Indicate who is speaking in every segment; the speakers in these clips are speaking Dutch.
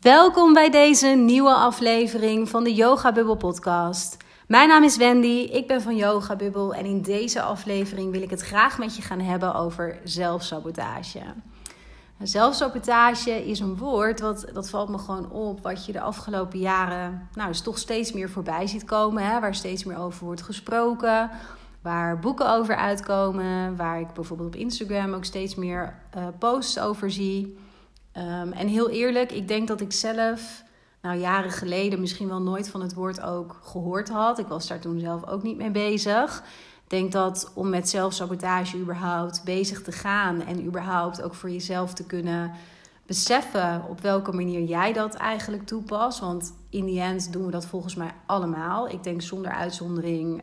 Speaker 1: Welkom bij deze nieuwe aflevering van de Yoga Bubble podcast. Mijn naam is Wendy, ik ben van Yoga Bubble en in deze aflevering wil ik het graag met je gaan hebben over zelfsabotage. Zelfsabotage is een woord, dat valt me gewoon op, wat je de afgelopen jaren dus toch steeds meer voorbij ziet komen. Hè, waar steeds meer over wordt gesproken, waar boeken over uitkomen, waar ik bijvoorbeeld op Instagram ook steeds meer posts over zie. En heel eerlijk, ik denk dat ik zelf jaren geleden misschien wel nooit van het woord ook gehoord had. Ik was daar toen zelf ook niet mee bezig. Ik denk dat om met zelfsabotage überhaupt bezig te gaan en überhaupt ook voor jezelf te kunnen beseffen op welke manier jij dat eigenlijk toepast. Want in die end doen we dat volgens mij allemaal. Ik denk zonder uitzondering,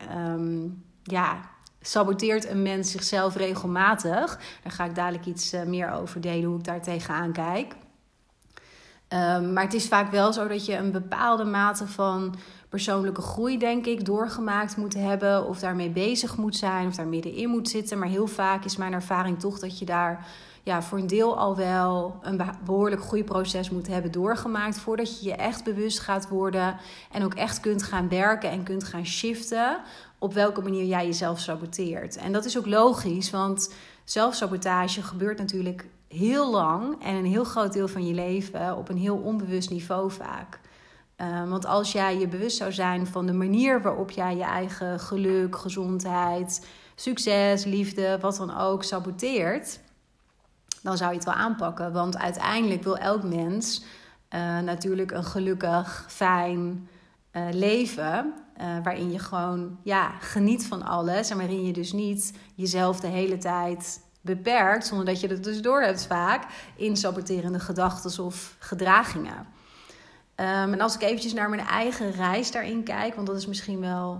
Speaker 1: saboteert een mens zichzelf regelmatig. Daar ga ik dadelijk iets meer over delen, hoe ik daar tegenaan kijk. Maar het is vaak wel zo dat je een bepaalde mate van persoonlijke groei, denk ik, doorgemaakt moet hebben. Of daarmee bezig moet zijn, of daar middenin moet zitten. Maar heel vaak is mijn ervaring toch dat je daar voor een deel al wel een behoorlijk groeiproces moet hebben doorgemaakt. Voordat je je echt bewust gaat worden en ook echt kunt gaan werken en kunt gaan shiften op welke manier jij jezelf saboteert. En dat is ook logisch, want zelfsabotage gebeurt natuurlijk heel lang en een heel groot deel van je leven op een heel onbewust niveau vaak. Want als jij je bewust zou zijn van de manier waarop jij je eigen geluk, gezondheid, succes, liefde, wat dan ook saboteert, dan zou je het wel aanpakken. Want uiteindelijk wil elk mens natuurlijk een gelukkig, fijn leven, waarin je gewoon geniet van alles en waarin je dus niet jezelf de hele tijd beperkt, zonder dat je het dus door hebt vaak, in saboterende gedachten of gedragingen. En als ik eventjes naar mijn eigen reis daarin kijk, want dat is misschien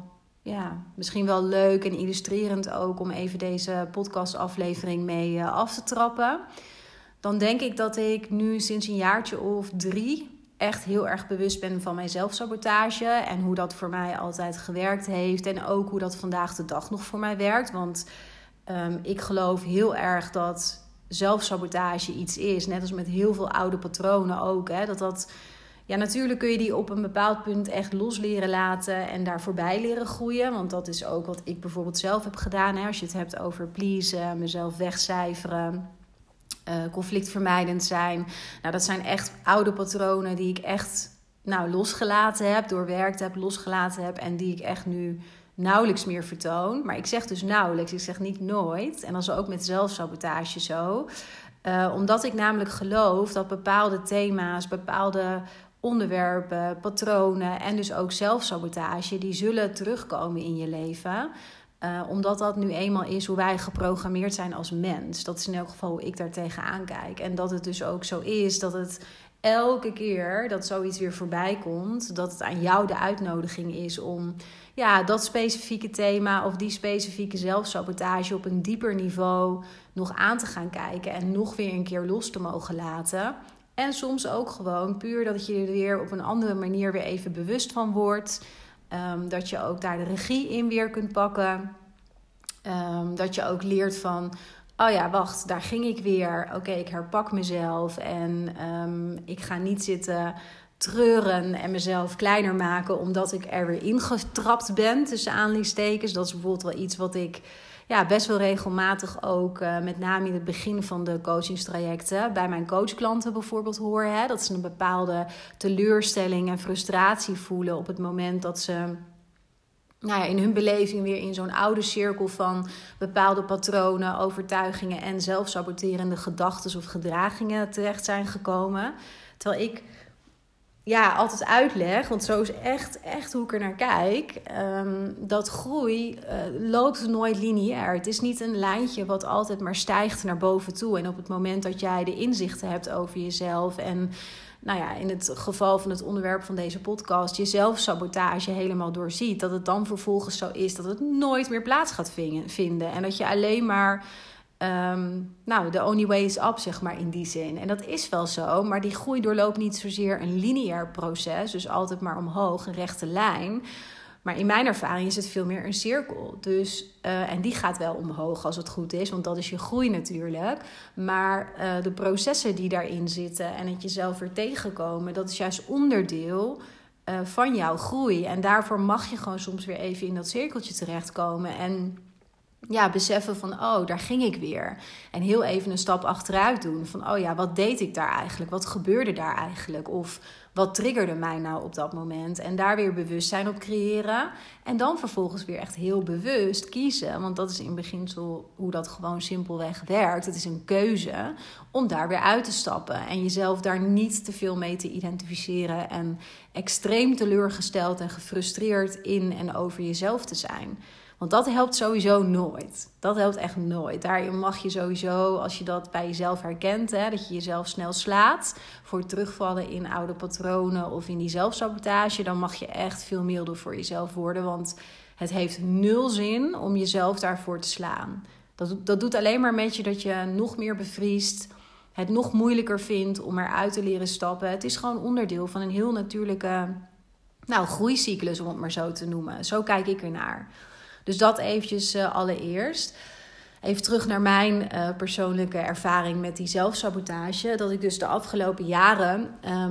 Speaker 1: wel leuk en illustrerend ook om even deze podcastaflevering mee af te trappen, dan denk ik dat ik nu sinds een jaartje of 3 echt heel erg bewust ben van mijn zelfsabotage en hoe dat voor mij altijd gewerkt heeft en ook hoe dat vandaag de dag nog voor mij werkt. Want ik geloof heel erg dat zelfsabotage iets is, net als met heel veel oude patronen ook. Hè, natuurlijk kun je die op een bepaald punt echt los leren laten en daar voorbij leren groeien. Want dat is ook wat ik bijvoorbeeld zelf heb gedaan. Hè, als je het hebt over pleasen, mezelf wegcijferen, conflictvermijdend zijn. Dat zijn echt oude patronen die ik echt losgelaten heb, doorwerkt heb, losgelaten heb en die ik echt nu nauwelijks meer vertoon. Maar ik zeg dus nauwelijks, ik zeg niet nooit. En dat is ook met zelfsabotage zo. Omdat ik namelijk geloof dat bepaalde thema's, bepaalde onderwerpen, patronen en dus ook zelfsabotage, die zullen terugkomen in je leven. Omdat dat nu eenmaal is hoe wij geprogrammeerd zijn als mens. Dat is in elk geval hoe ik daar tegenaan kijk. En dat het dus ook zo is dat het elke keer dat zoiets weer voorbij komt, dat het aan jou de uitnodiging is om dat specifieke thema of die specifieke zelfsabotage op een dieper niveau nog aan te gaan kijken en nog weer een keer los te mogen laten. En soms ook gewoon puur dat je er weer op een andere manier weer even bewust van wordt. Dat je ook daar de regie in weer kunt pakken. Dat je ook leert van, wacht, daar ging ik weer. Oké, ik herpak mezelf en ik ga niet zitten treuren en mezelf kleiner maken omdat ik er weer ingetrapt ben, tussen aanhalingstekens. Dat is bijvoorbeeld wel iets wat ik best wel regelmatig ook, met name in het begin van de coachingstrajecten, bij mijn coachklanten bijvoorbeeld hoor. Hè, dat ze een bepaalde teleurstelling en frustratie voelen op het moment dat ze in hun beleving weer in zo'n oude cirkel van bepaalde patronen, overtuigingen en zelfsaboterende gedachten of gedragingen terecht zijn gekomen. Terwijl ik altijd uitleg, want zo is echt hoe ik er naar kijk, dat groei loopt nooit lineair. Het is niet een lijntje wat altijd maar stijgt naar boven toe. En op het moment dat jij de inzichten hebt over jezelf en in het geval van het onderwerp van deze podcast, je zelfsabotage helemaal doorziet, dat het dan vervolgens zo is dat het nooit meer plaats gaat vinden. En dat je alleen maar the only way is up, zeg maar, in die zin. En dat is wel zo, maar die groei doorloopt niet zozeer een lineair proces, dus altijd maar omhoog, een rechte lijn. Maar in mijn ervaring is het veel meer een cirkel. Dus, en die gaat wel omhoog als het goed is, want dat is je groei natuurlijk. Maar de processen die daarin zitten en het jezelf weer tegenkomen, dat is juist onderdeel van jouw groei. En daarvoor mag je gewoon soms weer even in dat cirkeltje terechtkomen en beseffen van, daar ging ik weer. En heel even een stap achteruit doen van, wat deed ik daar eigenlijk? Wat gebeurde daar eigenlijk? Of wat triggerde mij nou op dat moment? En daar weer bewustzijn op creëren. En dan vervolgens weer echt heel bewust kiezen. Want dat is in beginsel hoe dat gewoon simpelweg werkt. Het is een keuze om daar weer uit te stappen. En jezelf daar niet te veel mee te identificeren. En extreem teleurgesteld en gefrustreerd in en over jezelf te zijn. Want dat helpt sowieso nooit. Dat helpt echt nooit. Daarin mag je sowieso, als je dat bij jezelf herkent, dat je jezelf snel slaat voor het terugvallen in oude patronen of in die zelfsabotage, dan mag je echt veel milder voor jezelf worden. Want het heeft nul zin om jezelf daarvoor te slaan. Dat doet alleen maar met je dat je nog meer bevriest, het nog moeilijker vindt om eruit te leren stappen. Het is gewoon onderdeel van een heel natuurlijke groeicyclus, om het maar zo te noemen. Zo kijk ik ernaar. Dus dat eventjes allereerst. Even terug naar mijn persoonlijke ervaring met die zelfsabotage. Dat ik dus de afgelopen jaren,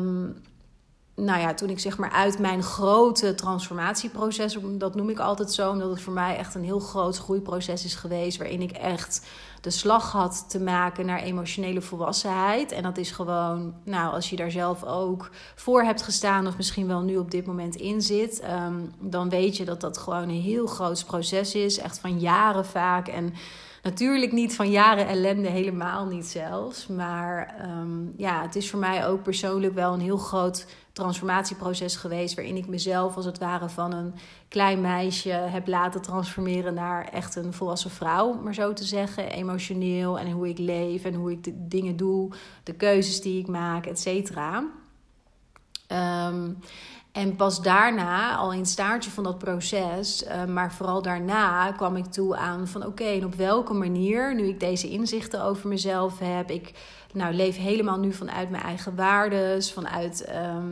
Speaker 1: toen ik zeg maar uit mijn grote transformatieproces, dat noem ik altijd zo, omdat het voor mij echt een heel groot groeiproces is geweest, waarin ik echt de slag had te maken naar emotionele volwassenheid. En dat is gewoon, als je daar zelf ook voor hebt gestaan of misschien wel nu op dit moment in zit, dan weet je dat dat gewoon een heel groot proces is. Echt van jaren vaak. En natuurlijk niet van jaren ellende, helemaal niet zelfs. Maar het is voor mij ook persoonlijk wel een heel groot transformatieproces geweest, waarin ik mezelf als het ware van een klein meisje heb laten transformeren naar echt een volwassen vrouw, om maar zo te zeggen. Emotioneel en hoe ik leef en hoe ik de dingen doe, de keuzes die ik maak, et cetera. En pas daarna, al in het staartje van dat proces, maar vooral daarna kwam ik toe aan van oké, en op welke manier, nu ik deze inzichten over mezelf heb, ik leef helemaal nu vanuit mijn eigen waardes, vanuit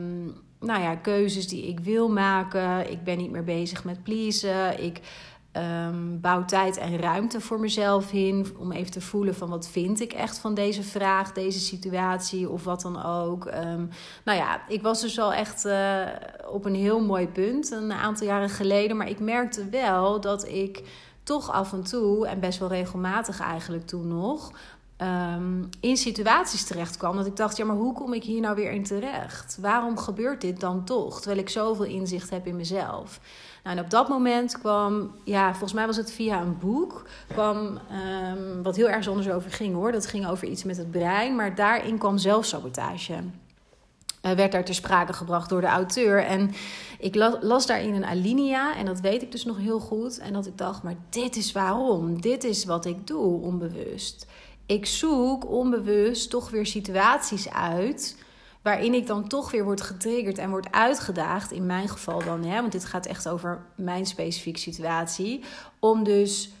Speaker 1: keuzes die ik wil maken. Ik ben niet meer bezig met pleasen. Ik bouw tijd en ruimte voor mezelf in, om even te voelen van wat vind ik echt van deze vraag, deze situatie of wat dan ook. Ik was dus al echt op een heel mooi punt een aantal jaren geleden, maar ik merkte wel dat ik toch af en toe, en best wel regelmatig eigenlijk toen nog, in situaties terecht kwam dat ik dacht, maar hoe kom ik hier nou weer in terecht? Waarom gebeurt dit dan toch? Terwijl ik zoveel inzicht heb in mezelf. En op dat moment kwam, volgens mij was het via een boek, wat heel ergens anders over ging hoor. Dat ging over iets met het brein, maar daarin kwam zelfsabotage. Werd daar ter sprake gebracht door de auteur. En ik las daarin een alinea, en dat weet ik dus nog heel goed. En dat ik dacht, maar dit is waarom. Dit is wat ik doe, onbewust. Ik zoek onbewust toch weer situaties uit waarin ik dan toch weer word getriggerd en word uitgedaagd. In mijn geval dan, want dit gaat echt over mijn specifieke situatie. Om dus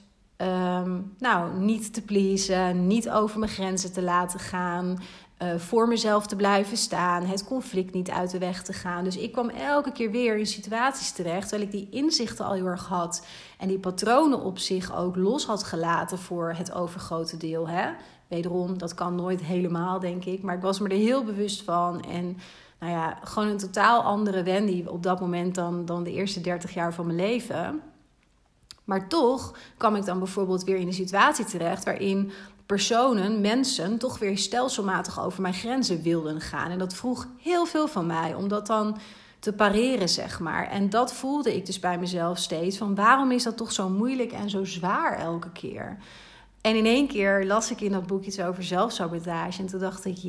Speaker 1: niet te pleasen, niet over mijn grenzen te laten gaan, voor mezelf te blijven staan, het conflict niet uit de weg te gaan. Dus ik kwam elke keer weer in situaties terecht, terwijl ik die inzichten al heel erg had en die patronen op zich ook los had gelaten voor het overgrote deel. Wederom, dat kan nooit helemaal, denk ik, maar ik was me er heel bewust van. En gewoon een totaal andere Wendy op dat moment dan de eerste 30 jaar van mijn leven. Maar toch kwam ik dan bijvoorbeeld weer in een situatie terecht waarin mensen toch weer stelselmatig over mijn grenzen wilden gaan. En dat vroeg heel veel van mij om dat dan te pareren, zeg maar. En dat voelde ik dus bij mezelf steeds, van waarom is dat toch zo moeilijk en zo zwaar elke keer? En in één keer las ik in dat boek iets over zelfsabotage en toen dacht ik,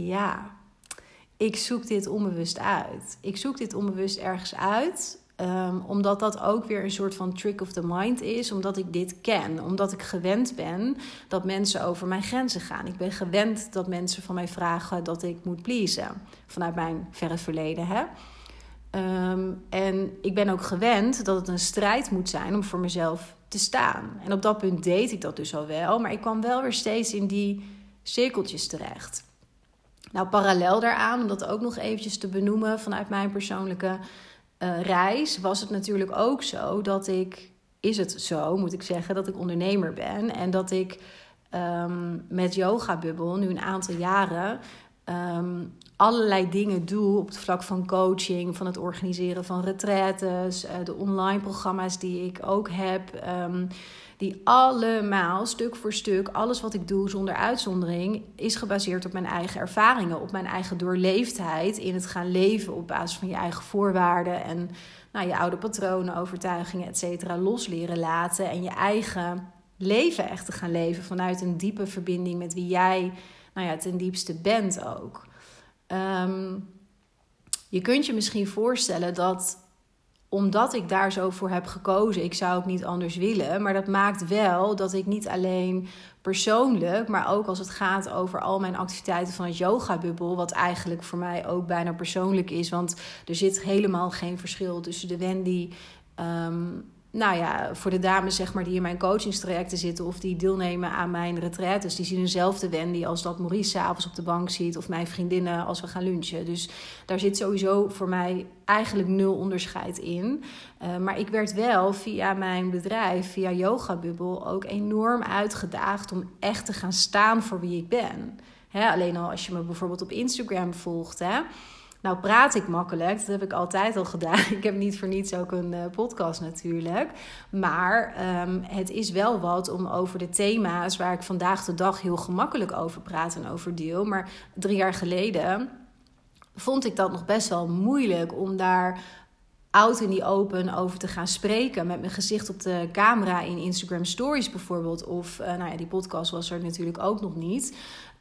Speaker 1: ik zoek dit onbewust uit. Ik zoek dit onbewust ergens uit, omdat dat ook weer een soort van trick of the mind is. Omdat ik dit ken. Omdat ik gewend ben dat mensen over mijn grenzen gaan. Ik ben gewend dat mensen van mij vragen dat ik moet pleasen. Vanuit mijn verre verleden. En ik ben ook gewend dat het een strijd moet zijn om voor mezelf te staan. En op dat punt deed ik dat dus al wel. Maar ik kwam wel weer steeds in die cirkeltjes terecht. Parallel daaraan, om dat ook nog eventjes te benoemen vanuit mijn persoonlijke reis was het natuurlijk ook zo dat is het zo, moet ik zeggen, dat ik ondernemer ben. En dat ik met Yoga Bubble nu een aantal jaren allerlei dingen doe op het vlak van coaching, van het organiseren van retraites, de online programma's die ik ook heb, die allemaal stuk voor stuk, alles wat ik doe zonder uitzondering, is gebaseerd op mijn eigen ervaringen, op mijn eigen doorleefdheid in het gaan leven op basis van je eigen voorwaarden en je oude patronen, overtuigingen, et cetera, los leren laten en je eigen leven echt te gaan leven vanuit een diepe verbinding met wie jij ten diepste bent ook. Je kunt je misschien voorstellen dat omdat ik daar zo voor heb gekozen, ik zou ook niet anders willen, maar dat maakt wel dat ik niet alleen persoonlijk, maar ook als het gaat over al mijn activiteiten van het Yoga Bubble, wat eigenlijk voor mij ook bijna persoonlijk is, want er zit helemaal geen verschil tussen de Wendy, voor de dames zeg maar die in mijn coachingstrajecten zitten of die deelnemen aan mijn retraites, die zien dezelfde Wendy als dat Maurice 's avonds op de bank ziet of mijn vriendinnen als we gaan lunchen. Dus daar zit sowieso voor mij eigenlijk 0 onderscheid in. Maar ik werd wel via mijn bedrijf, via Yoga Bubble, ook enorm uitgedaagd om echt te gaan staan voor wie ik ben. Alleen al als je me bijvoorbeeld op Instagram volgt, Nou praat ik makkelijk, dat heb ik altijd al gedaan. Ik heb niet voor niets ook een podcast natuurlijk. Maar het is wel wat om over de thema's waar ik vandaag de dag heel gemakkelijk over praat en over deel. Maar 3 jaar geleden vond ik dat nog best wel moeilijk om daar out in the open over te gaan spreken. Met mijn gezicht op de camera in Instagram Stories bijvoorbeeld. Of die podcast was er natuurlijk ook nog niet.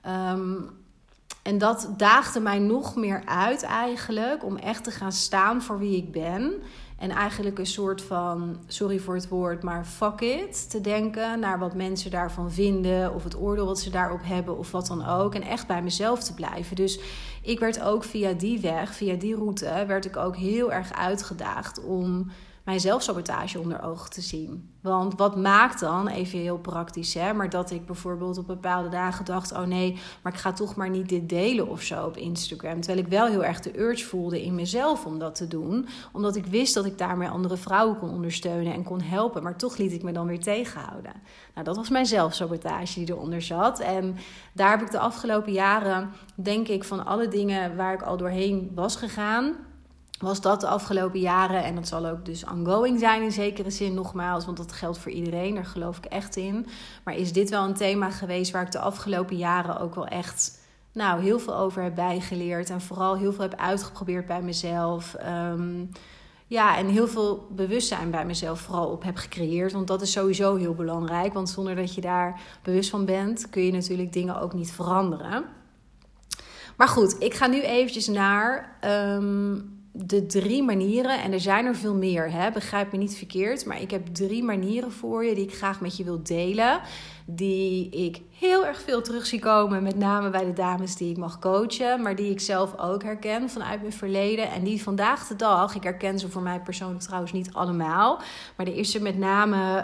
Speaker 1: En dat daagde mij nog meer uit eigenlijk om echt te gaan staan voor wie ik ben. En eigenlijk een soort van, sorry voor het woord, maar fuck it te denken naar wat mensen daarvan vinden. Of het oordeel wat ze daarop hebben of wat dan ook. En echt bij mezelf te blijven. Dus ik werd ook via die weg, via die route, werd ik ook heel erg uitgedaagd om mijn zelfsabotage onder ogen te zien. Want wat maakt dan, even heel praktisch, maar dat ik bijvoorbeeld op bepaalde dagen dacht, oh nee, maar ik ga toch maar niet dit delen of zo op Instagram. Terwijl ik wel heel erg de urge voelde in mezelf om dat te doen. Omdat ik wist dat ik daarmee andere vrouwen kon ondersteunen en kon helpen. Maar toch liet ik me dan weer tegenhouden. Nou, dat was mijn zelfsabotage die eronder zat. En daar heb ik de afgelopen jaren, denk ik, van alle dingen waar ik al doorheen was gegaan, was dat de afgelopen jaren, en dat zal ook dus ongoing zijn in zekere zin nogmaals, want dat geldt voor iedereen, daar geloof ik echt in. Maar is dit wel een thema geweest waar ik de afgelopen jaren ook wel echt heel veel over heb bijgeleerd en vooral heel veel heb uitgeprobeerd bij mezelf. En heel veel bewustzijn bij mezelf vooral op heb gecreëerd, want dat is sowieso heel belangrijk, want zonder dat je daar bewust van bent, kun je natuurlijk dingen ook niet veranderen. Maar goed, ik ga nu eventjes naar de 3 manieren, en er zijn er veel meer, begrijp me niet verkeerd, maar ik heb 3 manieren voor je die ik graag met je wil delen, die ik heel erg veel terug zie komen, met name bij de dames die ik mag coachen, maar die ik zelf ook herken vanuit mijn verleden en die vandaag de dag, ik herken ze voor mij persoonlijk trouwens niet allemaal, maar er is er met name,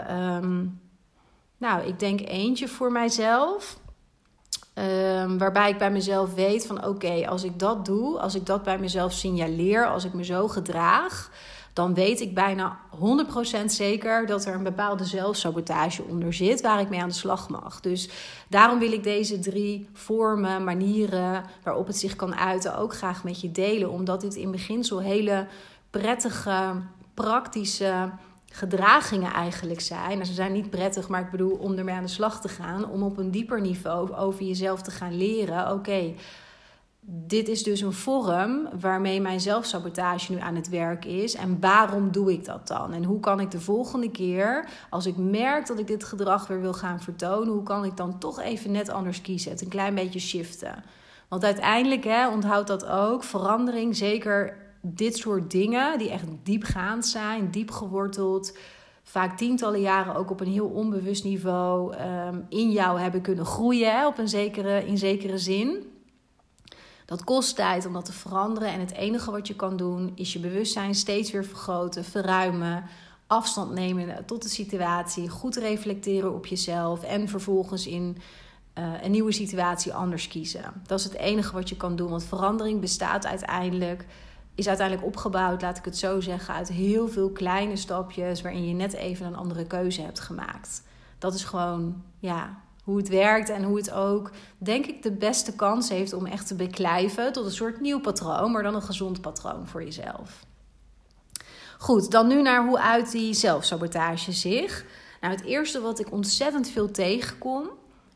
Speaker 1: ik denk eentje voor mijzelf. Waarbij ik bij mezelf weet van oké, als ik dat doe, als ik dat bij mezelf signaleer, als ik me zo gedraag, dan weet ik bijna 100% zeker dat er een bepaalde zelfsabotage onder zit waar ik mee aan de slag mag. Dus daarom wil ik deze 3 vormen, manieren waarop het zich kan uiten ook graag met je delen. Omdat dit in beginsel hele prettige, praktische gedragingen eigenlijk zijn. Ze zijn niet prettig, maar ik bedoel om ermee aan de slag te gaan, om op een dieper niveau over jezelf te gaan leren. Oké, dit is dus een vorm waarmee mijn zelfsabotage nu aan het werk is. En waarom doe ik dat dan? En hoe kan ik de volgende keer, als ik merk dat ik dit gedrag weer wil gaan vertonen, hoe kan ik dan toch even net anders kiezen? Het een klein beetje shiften. Want uiteindelijk, onthoud dat ook, verandering, zeker dit soort dingen die echt diepgaand zijn, diep geworteld, vaak tientallen jaren ook op een heel onbewust niveau in jou hebben kunnen groeien, op in zekere zin. Dat kost tijd om dat te veranderen en het enige wat je kan doen is je bewustzijn steeds weer vergroten, verruimen, afstand nemen tot de situatie, goed reflecteren op jezelf en vervolgens in een nieuwe situatie anders kiezen. Dat is het enige wat je kan doen, want verandering bestaat uiteindelijk is uiteindelijk opgebouwd, laat ik het zo zeggen, uit heel veel kleine stapjes waarin je net even een andere keuze hebt gemaakt. Dat is gewoon hoe het werkt en hoe het ook, denk ik, de beste kans heeft om echt te beklijven tot een soort nieuw patroon, maar dan een gezond patroon voor jezelf. Goed, dan nu naar hoe uit die zelfsabotage zich. Nou, het eerste wat ik ontzettend veel tegenkom.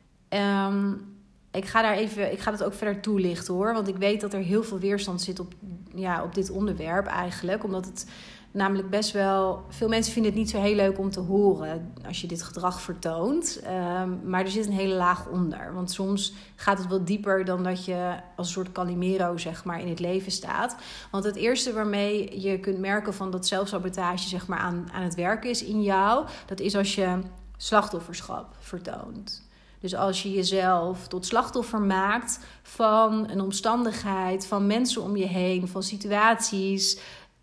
Speaker 1: Ik ga dat ook verder toelichten hoor. Want ik weet dat er heel veel weerstand zit op dit onderwerp eigenlijk. Omdat het namelijk best wel... Veel mensen vinden het niet zo heel leuk om te horen als je dit gedrag vertoont. Maar er zit een hele laag onder. Want soms gaat het wat dieper dan dat je als een soort Calimero zeg maar in het leven staat. Want het eerste waarmee je kunt merken van dat zelfsabotage zeg maar aan het werken is in jou. Dat is als je slachtofferschap vertoont. Dus als je jezelf tot slachtoffer maakt van een omstandigheid, van mensen om je heen, van situaties.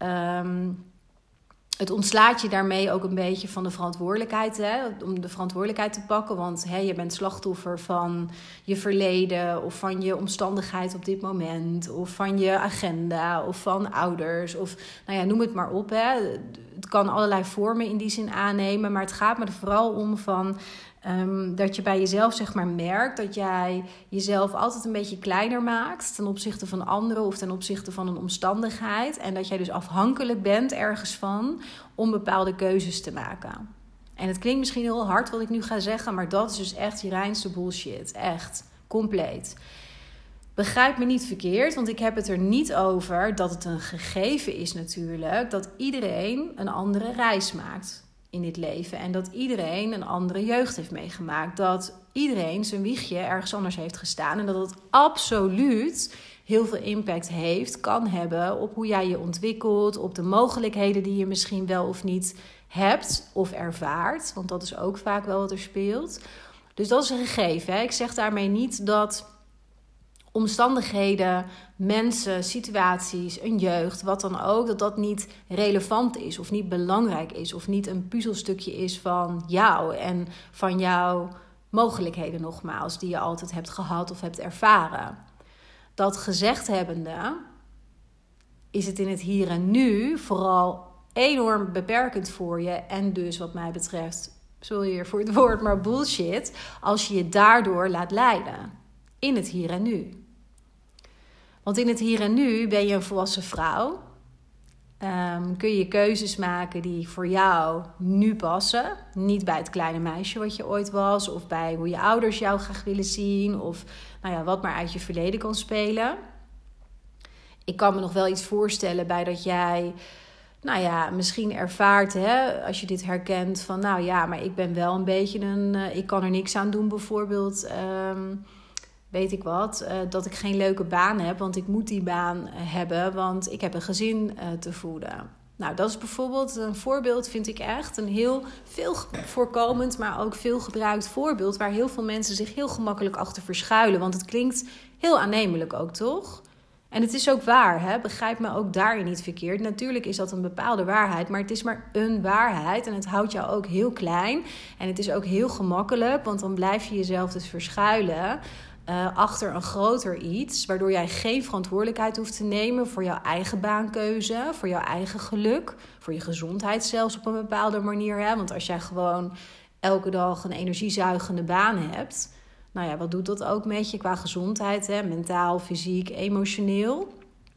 Speaker 1: Het ontslaat je daarmee ook een beetje van de verantwoordelijkheid. Hè? Om de verantwoordelijkheid te pakken. Want je bent slachtoffer van je verleden. Of van je omstandigheid op dit moment. Of van je agenda. Of van ouders. Of noem het maar op. Hè? Het kan allerlei vormen in die zin aannemen. Maar het gaat me er vooral om van... dat je bij jezelf zeg maar merkt dat jij jezelf altijd een beetje kleiner maakt ten opzichte van anderen of ten opzichte van een omstandigheid. En dat jij dus afhankelijk bent ergens van om bepaalde keuzes te maken. En het klinkt misschien heel hard wat ik nu ga zeggen, maar dat is dus echt je reinste bullshit. Echt, compleet. Begrijp me niet verkeerd, want ik heb het er niet over dat het een gegeven is natuurlijk dat iedereen een andere reis maakt in dit leven. En dat iedereen een andere jeugd heeft meegemaakt. Dat iedereen zijn wiegje ergens anders heeft gestaan. En dat het absoluut heel veel impact kan hebben op hoe jij je ontwikkelt. Op de mogelijkheden die je misschien wel of niet hebt of ervaart. Want dat is ook vaak wel wat er speelt. Dus dat is een gegeven. Hè? Ik zeg daarmee niet dat omstandigheden, mensen, situaties, een jeugd, wat dan ook, dat niet relevant is of niet belangrijk is of niet een puzzelstukje is van jou en van jouw mogelijkheden nogmaals, die je altijd hebt gehad of hebt ervaren. Dat gezegd hebbende is het in het hier en nu vooral enorm beperkend voor je en dus wat mij betreft, sorry hier voor het woord, maar bullshit, als je je daardoor laat leiden. In het hier en nu. Want in het hier en nu ben je een volwassen vrouw. Kun je keuzes maken die voor jou nu passen. Niet bij het kleine meisje wat je ooit was. Of bij hoe je ouders jou graag willen zien. Of wat maar uit je verleden kan spelen. Ik kan me nog wel iets voorstellen bij dat jij... misschien ervaart, als je dit herkent... van maar ik ben wel een beetje ik kan er niks aan doen bijvoorbeeld... weet ik wat, dat ik geen leuke baan heb, want ik moet die baan hebben, want ik heb een gezin te voeden. Nou, dat is bijvoorbeeld een voorbeeld, vind ik echt, een heel veel voorkomend, maar ook veel gebruikt voorbeeld, waar heel veel mensen zich heel gemakkelijk achter verschuilen, want het klinkt heel aannemelijk ook, toch? En het is ook waar, hè? Begrijp me ook daarin niet verkeerd. Natuurlijk is dat een bepaalde waarheid, maar het is maar een waarheid. En het houdt jou ook heel klein. En het is ook heel gemakkelijk, want dan blijf je jezelf dus verschuilen achter een groter iets, waardoor jij geen verantwoordelijkheid hoeft te nemen voor jouw eigen baankeuze, voor jouw eigen geluk, voor je gezondheid zelfs op een bepaalde manier. Hè? Want als jij gewoon elke dag een energiezuigende baan hebt, wat doet dat ook met je qua gezondheid, hè? Mentaal, fysiek, emotioneel?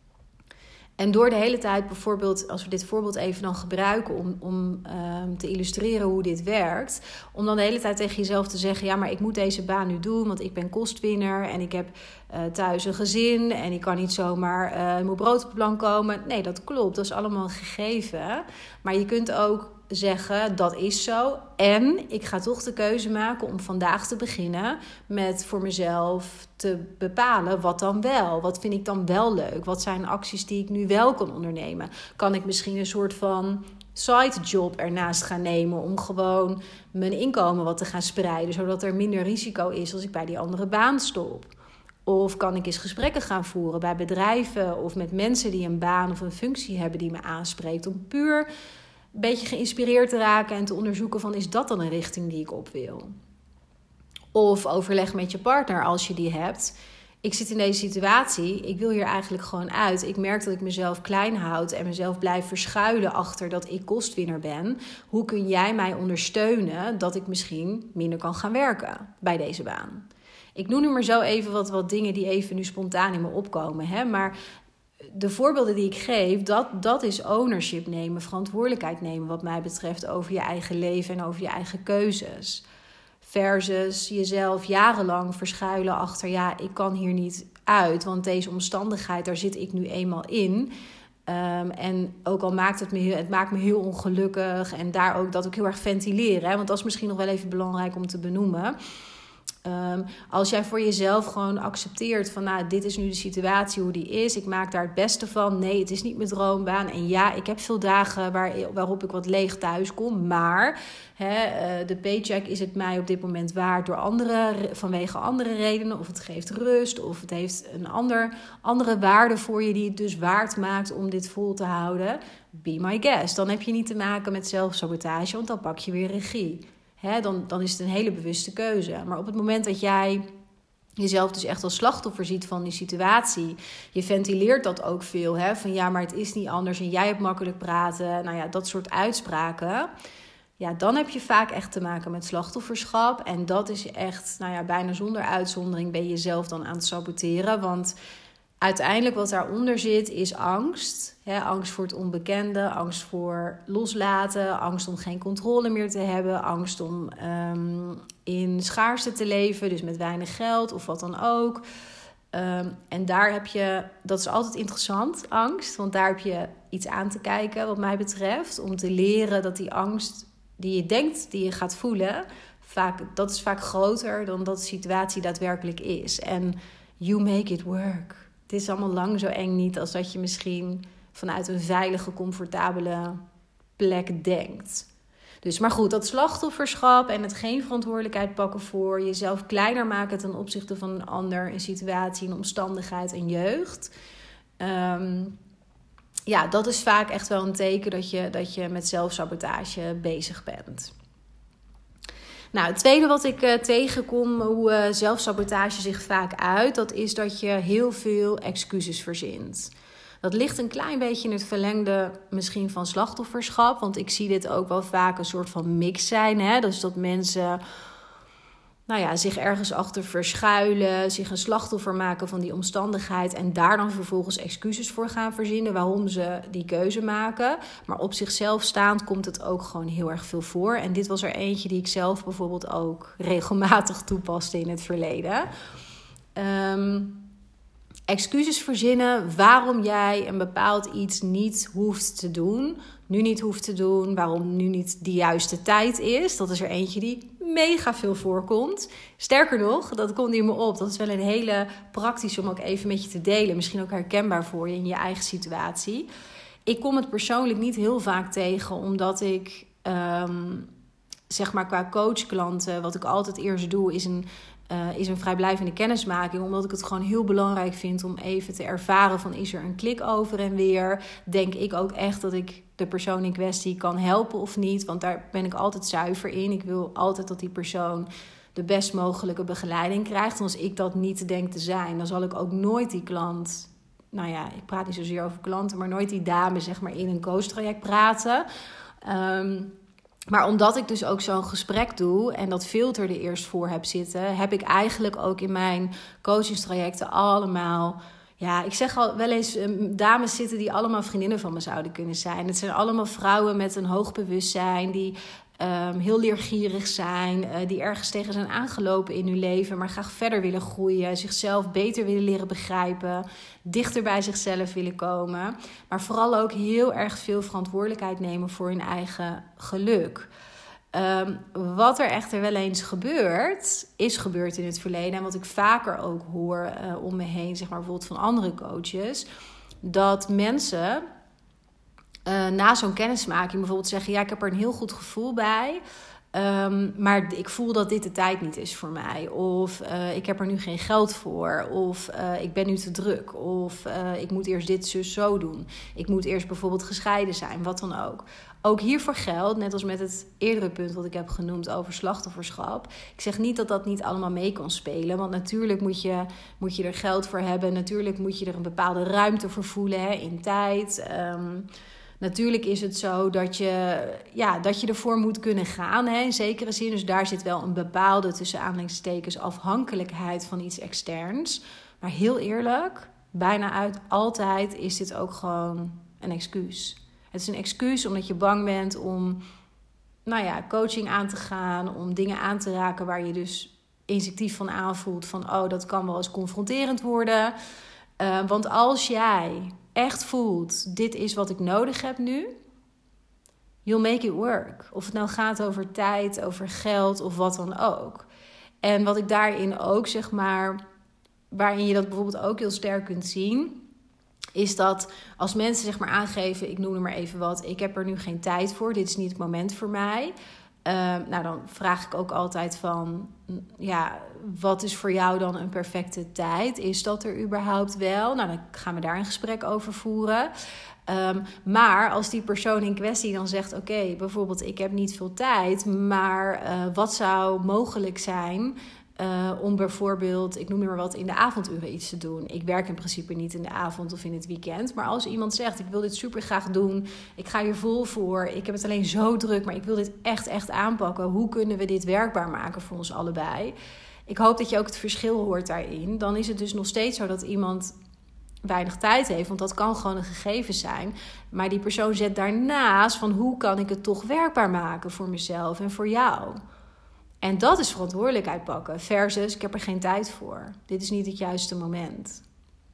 Speaker 1: En door de hele tijd bijvoorbeeld, als we dit voorbeeld even dan gebruiken om te illustreren hoe dit werkt, om dan de hele tijd tegen jezelf te zeggen, maar ik moet deze baan nu doen, want ik ben kostwinner en ik heb thuis een gezin en ik kan niet zomaar mijn brood op de plank komen. Nee, dat klopt, dat is allemaal een gegeven. Maar je kunt ook zeggen, dat is zo. En ik ga toch de keuze maken om vandaag te beginnen met voor mezelf te bepalen wat dan wel. Wat vind ik dan wel leuk? Wat zijn acties die ik nu wel kan ondernemen? Kan ik misschien een soort van sidejob ernaast gaan nemen om gewoon mijn inkomen wat te gaan spreiden, zodat er minder risico is als ik bij die andere baan stop? Of kan ik eens gesprekken gaan voeren bij bedrijven of met mensen die een baan of een functie hebben die me aanspreekt, om puur een beetje geïnspireerd te raken en te onderzoeken van, is dat dan een richting die ik op wil? Of overleg met je partner als je die hebt. ik zit in deze situatie, ik wil hier eigenlijk gewoon uit. Ik merk dat ik mezelf klein houd en mezelf blijf verschuilen achter dat ik kostwinner ben. Hoe kun jij mij ondersteunen dat ik misschien minder kan gaan werken bij deze baan? Ik noem nu maar zo even wat dingen die even nu spontaan in me opkomen. Hè? Maar de voorbeelden die ik geef, dat is ownership nemen, verantwoordelijkheid nemen wat mij betreft over je eigen leven en over je eigen keuzes. Versus jezelf jarenlang verschuilen achter, ja, ik kan hier niet uit, want deze omstandigheid, daar zit ik nu eenmaal in. En ook al maakt het maakt me heel ongelukkig en daar ook dat ook heel erg ventileren. Hè, want dat is misschien nog wel even belangrijk om te benoemen. Als jij voor jezelf gewoon accepteert van, nou, dit is nu de situatie, hoe die is. Ik maak daar het beste van. Nee, het is niet mijn droombaan. En ja, ik heb veel dagen waarop ik wat leeg thuis kom. Maar de paycheck is het mij op dit moment waard vanwege andere redenen. Of het geeft rust. Of het heeft een andere waarde voor je die het dus waard maakt om dit vol te houden. Be my guest. Dan heb je niet te maken met zelfsabotage, want dan pak je weer regie. Dan is het een hele bewuste keuze. Maar op het moment dat jij jezelf dus echt als slachtoffer ziet van die situatie, je ventileert dat ook veel. Van ja, maar het is niet anders en jij hebt makkelijk praten. Nou ja, dat soort uitspraken. Ja, dan heb je vaak echt te maken met slachtofferschap. En dat is echt, bijna zonder uitzondering ben je jezelf dan aan het saboteren. Want uiteindelijk wat daaronder zit is angst. Angst voor het onbekende, angst voor loslaten, angst om geen controle meer te hebben, angst om in schaarste te leven, dus met weinig geld of wat dan ook. En daar heb je, dat is altijd interessant, angst, want daar heb je iets aan te kijken wat mij betreft, om te leren dat die angst die je denkt, die je gaat voelen, dat is vaak groter dan dat de situatie daadwerkelijk is. En you make it work. Het is allemaal lang zo eng niet als dat je misschien vanuit een veilige, comfortabele plek denkt. Dus, maar goed, dat slachtofferschap en het geen verantwoordelijkheid pakken voor jezelf kleiner maken ten opzichte van een ander, een situatie, een omstandigheid, een jeugd. Dat is vaak echt wel een teken dat je met zelfsabotage bezig bent. Nou, het tweede wat ik tegenkom, hoe zelfsabotage zich vaak uit, dat is dat je heel veel excuses verzint. Dat ligt een klein beetje in het verlengde misschien van slachtofferschap, want ik zie dit ook wel vaak een soort van mix zijn. Hè? Dus dat mensen zich ergens achter verschuilen, zich een slachtoffer maken van die omstandigheid en daar dan vervolgens excuses voor gaan verzinnen waarom ze die keuze maken. Maar op zichzelf staand komt het ook gewoon heel erg veel voor. En dit was er eentje die ik zelf bijvoorbeeld ook regelmatig toepaste in het verleden. Excuses verzinnen waarom jij een bepaald iets niet hoeft te doen. Nu niet hoeft te doen, waarom nu niet de juiste tijd is. Dat is er eentje die mega veel voorkomt. Sterker nog, dat komt in me op. Dat is wel een hele praktische om ook even met je te delen. Misschien ook herkenbaar voor je in je eigen situatie. Ik kom het persoonlijk niet heel vaak tegen, omdat ik qua coachklanten, wat ik altijd eerst doe, is een vrijblijvende kennismaking. Omdat ik het gewoon heel belangrijk vind om even te ervaren van, is er een klik over en weer? Denk ik ook echt dat ik de persoon in kwestie kan helpen of niet? Want daar ben ik altijd zuiver in. Ik wil altijd dat die persoon de best mogelijke begeleiding krijgt. En als ik dat niet denk te zijn, dan zal ik ook nooit die klant, ik praat niet zozeer over klanten, maar nooit die dame in een coachtraject praten. Maar omdat ik dus ook zo'n gesprek doe en dat filter er eerst voor heb zitten, heb ik eigenlijk ook in mijn coachingstrajecten allemaal, ik zeg al wel eens, dames zitten die allemaal vriendinnen van me zouden kunnen zijn. Het zijn allemaal vrouwen met een hoog bewustzijn die heel leergierig zijn, die ergens tegen zijn aangelopen in hun leven, maar graag verder willen groeien, zichzelf beter willen leren begrijpen, dichter bij zichzelf willen komen, maar vooral ook heel erg veel verantwoordelijkheid nemen voor hun eigen geluk. Wat er echter wel eens is gebeurd in het verleden en wat ik vaker ook hoor om me heen, bijvoorbeeld van andere coaches, dat mensen na zo'n kennismaking bijvoorbeeld zeggen, ik heb er een heel goed gevoel bij. Maar ik voel dat dit de tijd niet is voor mij. Of ik heb er nu geen geld voor. Of ik ben nu te druk. Of ik moet eerst dit, zus, zo doen. Ik moet eerst bijvoorbeeld gescheiden zijn. Wat dan ook. Ook hiervoor geldt, net als met het eerdere punt wat ik heb genoemd over slachtofferschap. Ik zeg niet dat dat niet allemaal mee kan spelen. Want natuurlijk moet je er geld voor hebben. Natuurlijk moet je er een bepaalde ruimte voor voelen, hè, in tijd. Natuurlijk is het zo dat je ervoor moet kunnen gaan, hè, in zekere zin. Dus daar zit wel een bepaalde, tussen aanhalingstekens, afhankelijkheid van iets externs. Maar heel eerlijk, bijna altijd is dit ook gewoon een excuus. Het is een excuus omdat je bang bent om coaching aan te gaan, om dingen aan te raken waar je dus instinctief van aanvoelt van, dat kan wel eens confronterend worden. Want als jij echt voelt, dit is wat ik nodig heb nu, you'll make it work. Of het nou gaat over tijd, over geld of wat dan ook. En wat ik daarin ook, zeg maar, waarin je dat bijvoorbeeld ook heel sterk kunt zien, is dat als mensen, zeg maar, aangeven, ik noem er maar even wat, ik heb er nu geen tijd voor, dit is niet het moment voor mij. Dan vraag ik ook altijd van, wat is voor jou dan een perfecte tijd? Is dat er überhaupt wel? Dan gaan we daar een gesprek over voeren. Maar als die persoon in kwestie dan zegt, oké, bijvoorbeeld ik heb niet veel tijd, maar wat zou mogelijk zijn om bijvoorbeeld, ik noem maar wat, in de avonduren iets te doen. Ik werk in principe niet in de avond of in het weekend. Maar als iemand zegt, ik wil dit super graag doen, ik ga hier vol voor, ik heb het alleen zo druk, maar ik wil dit echt aanpakken. Hoe kunnen we dit werkbaar maken voor ons allebei? Ik hoop dat je ook het verschil hoort daarin. Dan is het dus nog steeds zo dat iemand weinig tijd heeft, want dat kan gewoon een gegeven zijn. Maar die persoon zet daarnaast van, hoe kan ik het toch werkbaar maken voor mezelf en voor jou? En dat is verantwoordelijkheid pakken versus, ik heb er geen tijd voor. Dit is niet het juiste moment.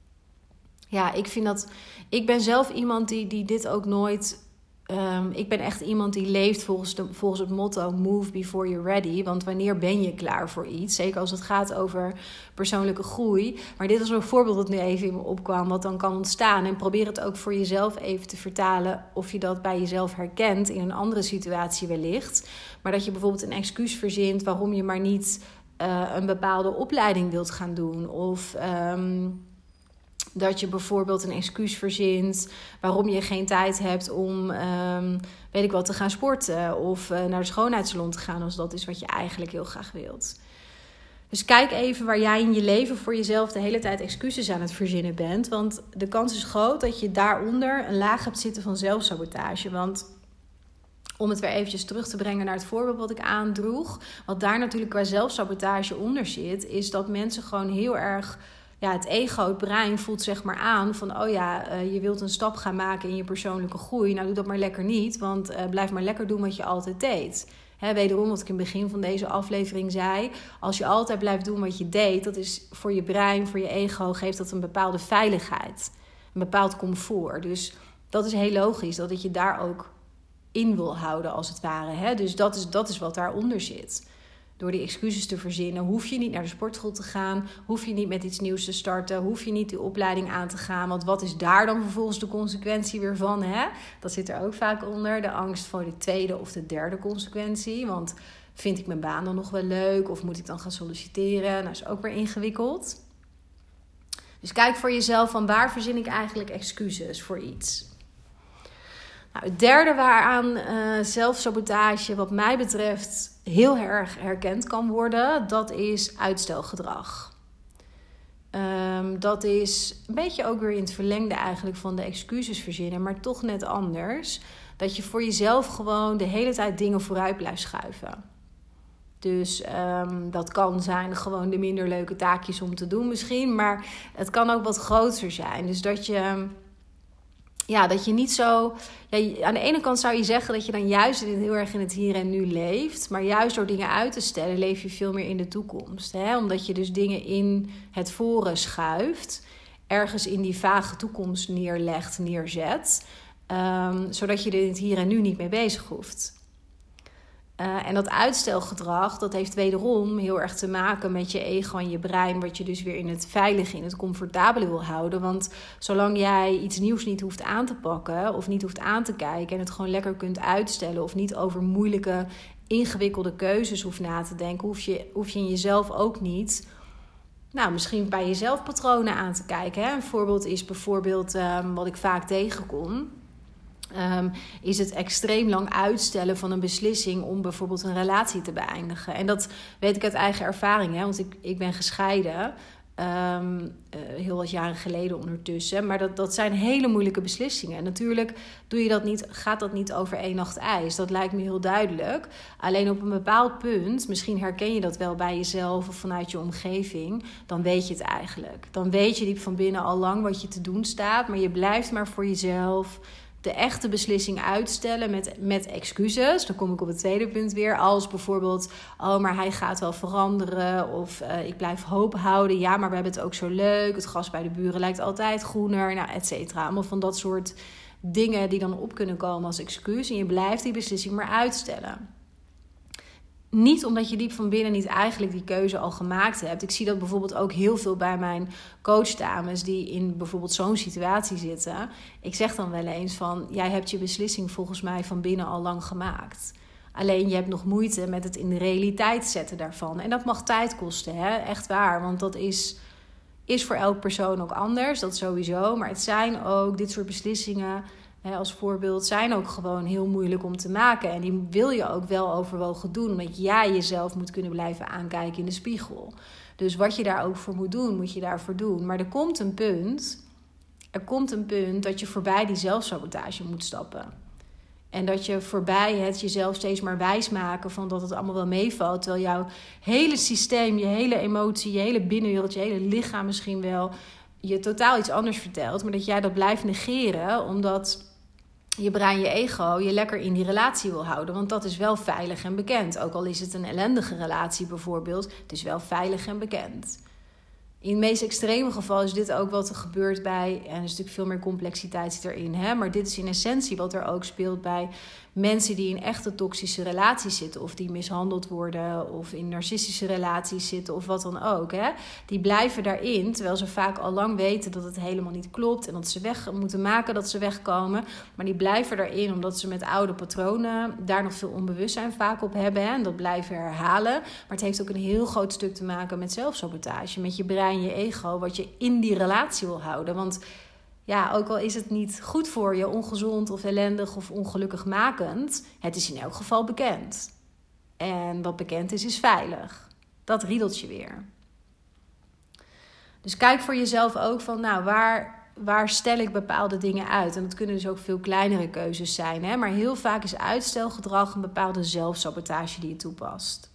Speaker 1: Ja, ik ben zelf iemand die dit ook nooit. Ik ben echt iemand die leeft volgens het motto move before you're ready. Want wanneer ben je klaar voor iets? Zeker als het gaat over persoonlijke groei. Maar dit is een voorbeeld dat nu even in me opkwam, wat dan kan ontstaan. En probeer het ook voor jezelf even te vertalen, of je dat bij jezelf herkent in een andere situatie wellicht. Maar dat je bijvoorbeeld een excuus verzint waarom je maar niet een bepaalde opleiding wilt gaan doen. Of dat je bijvoorbeeld een excuus verzint waarom je geen tijd hebt om, te gaan sporten of naar de schoonheidssalon te gaan, als dat is wat je eigenlijk heel graag wilt. Dus kijk even waar jij in je leven voor jezelf de hele tijd excuses aan het verzinnen bent. Want de kans is groot dat je daaronder een laag hebt zitten van zelfsabotage. Want om het weer eventjes terug te brengen naar het voorbeeld wat ik aandroeg, wat daar natuurlijk qua zelfsabotage onder zit, is dat mensen gewoon heel erg, het ego, het brein voelt zeg maar aan van, je wilt een stap gaan maken in je persoonlijke groei. Nou, doe dat maar lekker niet, want blijf maar lekker doen wat je altijd deed. Wederom wat ik in het begin van deze aflevering zei, als je altijd blijft doen wat je deed, dat is voor je brein, voor je ego, geeft dat een bepaalde veiligheid, een bepaald comfort. Dus dat is heel logisch, dat het je daar ook in wil houden als het ware. Dus dat is wat daaronder zit. Door die excuses te verzinnen, hoef je niet naar de sportschool te gaan, hoef je niet met iets nieuws te starten, hoef je niet die opleiding aan te gaan. Want wat is daar dan vervolgens de consequentie weer van? Dat zit er ook vaak onder, de angst voor de tweede of de derde consequentie. Want vind ik mijn baan dan nog wel leuk of moet ik dan gaan solliciteren? Nou, is ook weer ingewikkeld. Dus kijk voor jezelf van, waar verzin ik eigenlijk excuses voor iets? Nou, het derde waaraan zelfsabotage wat mij betreft heel erg herkend kan worden, dat is uitstelgedrag. Dat is een beetje ook weer in het verlengde eigenlijk van de excuses verzinnen, maar toch net anders. Dat je voor jezelf gewoon de hele tijd dingen vooruit blijft schuiven. Dus dat kan zijn gewoon de minder leuke taakjes om te doen misschien, maar het kan ook wat groter zijn. Dus dat je niet zo. Aan de ene kant zou je zeggen dat je dan juist heel erg in het hier en nu leeft. Maar juist door dingen uit te stellen leef je veel meer in de toekomst. Omdat je dus dingen in het voren schuift. Ergens in die vage toekomst neerzet. Zodat je er in het hier en nu niet mee bezig hoeft. En dat uitstelgedrag, dat heeft wederom heel erg te maken met je ego en je brein, wat je dus weer in het veilige, in het comfortabele wil houden. Want zolang jij iets nieuws niet hoeft aan te pakken of niet hoeft aan te kijken en het gewoon lekker kunt uitstellen of niet over moeilijke ingewikkelde keuzes hoeft na te denken, hoef je in jezelf ook niet, misschien bij jezelf patronen aan te kijken. Hè? Een voorbeeld is wat ik vaak tegenkom. Is het extreem lang uitstellen van een beslissing om bijvoorbeeld een relatie te beëindigen. En dat weet ik uit eigen ervaring, hè? Want ik ben gescheiden. Heel wat jaren geleden ondertussen. Maar dat zijn hele moeilijke beslissingen. En natuurlijk gaat dat niet over 1 nacht ijs. Dat lijkt me heel duidelijk. Alleen op een bepaald punt, misschien herken je dat wel bij jezelf of vanuit je omgeving, dan weet je het eigenlijk. Dan weet je diep van binnen al lang wat je te doen staat, maar je blijft maar voor jezelf de echte beslissing uitstellen met excuses. Dan kom ik op het tweede punt weer. Als bijvoorbeeld, maar hij gaat wel veranderen. Of ik blijf hoop houden. Ja, maar we hebben het ook zo leuk. Het gras bij de buren lijkt altijd groener. Nou, et cetera. Allemaal van dat soort dingen die dan op kunnen komen als excuus. En je blijft die beslissing maar uitstellen. Niet omdat je diep van binnen niet eigenlijk die keuze al gemaakt hebt. Ik zie dat bijvoorbeeld ook heel veel bij mijn coachdames die in bijvoorbeeld zo'n situatie zitten. Ik zeg dan wel eens van, jij hebt je beslissing volgens mij van binnen al lang gemaakt. Alleen je hebt nog moeite met het in de realiteit zetten daarvan. En dat mag tijd kosten, hè? Echt waar. Want dat is voor elk persoon ook anders, dat sowieso. Maar het zijn ook dit soort beslissingen, als voorbeeld, zijn ook gewoon heel moeilijk om te maken. En die wil je ook wel overwogen doen, omdat jij jezelf moet kunnen blijven aankijken in de spiegel. Dus wat je daar ook voor moet doen, moet je daarvoor doen. Maar er komt een punt dat je voorbij die zelfsabotage moet stappen. En dat je voorbij het jezelf steeds maar wijsmaken van dat het allemaal wel meevalt. Terwijl jouw hele systeem, je hele emotie, je hele binnenwereld, je hele lichaam misschien wel je totaal iets anders vertelt. Maar dat jij dat blijft negeren omdat je brein, je ego je lekker in die relatie wil houden. Want dat is wel veilig en bekend. Ook al is het een ellendige relatie bijvoorbeeld. Het is wel veilig en bekend. In het meest extreme geval is dit ook wat er gebeurt bij, en er is natuurlijk veel meer complexiteit zit erin, hè? Maar dit is in essentie wat er ook speelt bij mensen die in echte toxische relaties zitten, of die mishandeld worden, of in narcistische relaties zitten, of wat dan ook. Hè? Die blijven daarin, terwijl ze vaak al lang weten dat het helemaal niet klopt en dat ze weg moeten maken dat ze wegkomen. Maar die blijven daarin omdat ze met oude patronen daar nog veel onbewustzijn vaak op hebben, hè? En dat blijven herhalen. Maar het heeft ook een heel groot stuk te maken met zelfsabotage, met je brein, je ego, wat je in die relatie wil houden. Want ja, ook al is het niet goed voor je, ongezond of ellendig of ongelukkig makend, het is in elk geval bekend. En wat bekend is veilig. Dat riedelt je weer. Dus kijk voor jezelf ook van, waar stel ik bepaalde dingen uit? En dat kunnen dus ook veel kleinere keuzes zijn. Hè? Maar heel vaak is uitstelgedrag een bepaalde zelfsabotage die je toepast.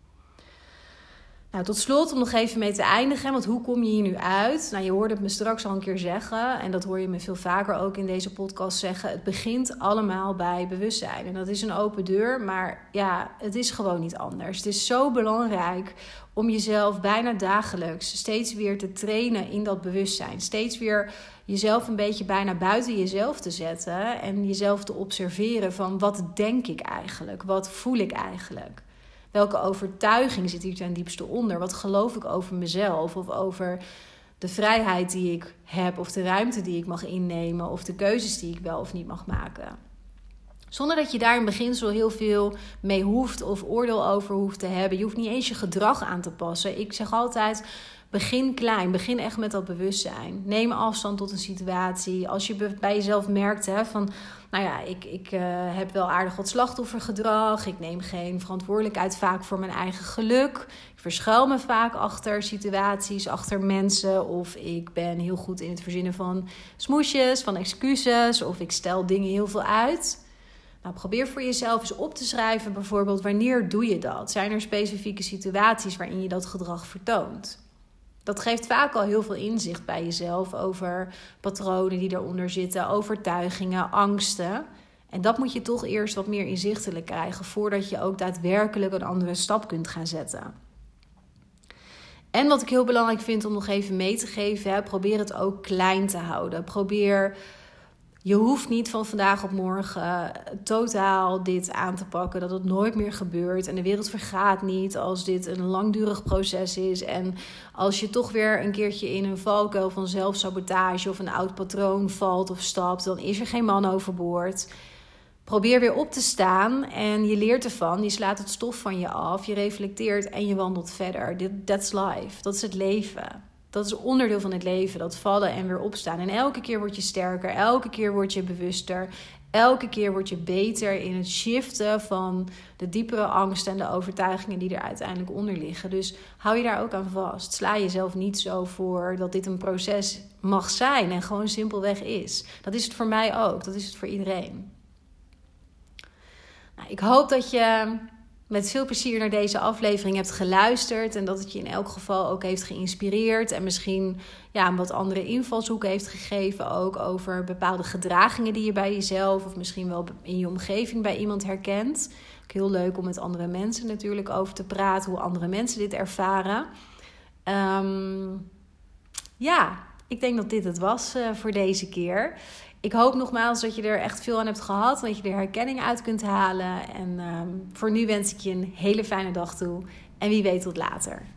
Speaker 1: Nou, tot slot om nog even mee te eindigen, want hoe kom je hier nu uit? Nou, je hoorde het me straks al een keer zeggen, en dat hoor je me veel vaker ook in deze podcast zeggen. Het begint allemaal bij bewustzijn. En dat is een open deur, maar ja, het is gewoon niet anders. Het is zo belangrijk om jezelf bijna dagelijks steeds weer te trainen in dat bewustzijn. Steeds weer jezelf een beetje bijna buiten jezelf te zetten en jezelf te observeren van wat denk ik eigenlijk? Wat voel ik eigenlijk? Welke overtuiging zit hier ten diepste onder? Wat geloof ik over mezelf? Of over de vrijheid die ik heb? Of de ruimte die ik mag innemen? Of de keuzes die ik wel of niet mag maken? Zonder dat je daar in beginsel heel veel mee hoeft of oordeel over hoeft te hebben. Je hoeft niet eens je gedrag aan te passen. Ik zeg altijd, begin klein. Begin echt met dat bewustzijn. Neem afstand tot een situatie. Als je bij jezelf merkt van, ik heb wel aardig wat slachtoffergedrag. Ik neem geen verantwoordelijkheid vaak voor mijn eigen geluk. Ik verschuil me vaak achter situaties, achter mensen. Of ik ben heel goed in het verzinnen van smoesjes, van excuses. Of ik stel dingen heel veel uit. Nou, probeer voor jezelf eens op te schrijven bijvoorbeeld, wanneer doe je dat? Zijn er specifieke situaties waarin je dat gedrag vertoont? Dat geeft vaak al heel veel inzicht bij jezelf over patronen die eronder zitten, overtuigingen, angsten. En dat moet je toch eerst wat meer inzichtelijk krijgen voordat je ook daadwerkelijk een andere stap kunt gaan zetten. En wat ik heel belangrijk vind om nog even mee te geven, probeer het ook klein te houden. Je hoeft niet van vandaag op morgen totaal dit aan te pakken, dat het nooit meer gebeurt. En de wereld vergaat niet als dit een langdurig proces is. En als je toch weer een keertje in een valkuil van zelfsabotage of een oud patroon valt of stapt, dan is er geen man overboord. probeer weer op te staan en je leert ervan. Je slaat het stof van je af, je reflecteert en je wandelt verder. That's life, dat is het leven. Dat is onderdeel van het leven, dat vallen en weer opstaan. En elke keer word je sterker, elke keer word je bewuster. Elke keer word je beter in het shiften van de diepere angsten en de overtuigingen die er uiteindelijk onder liggen. Dus hou je daar ook aan vast. Sla jezelf niet zo voor dat dit een proces mag zijn en gewoon simpelweg is. Dat is het voor mij ook, dat is het voor iedereen. Nou, ik hoop dat je met veel plezier naar deze aflevering hebt geluisterd. En dat het je in elk geval ook heeft geïnspireerd. En misschien een wat andere invalshoek heeft gegeven. Ook over bepaalde gedragingen die je bij jezelf of misschien wel in je omgeving bij iemand herkent. Ook heel leuk om met andere mensen natuurlijk over te praten. Hoe andere mensen dit ervaren. Ik denk dat dit het was voor deze keer. Ik hoop nogmaals dat je er echt veel aan hebt gehad. Dat je er herkenning uit kunt halen. En voor nu wens ik je een hele fijne dag toe. En wie weet tot later.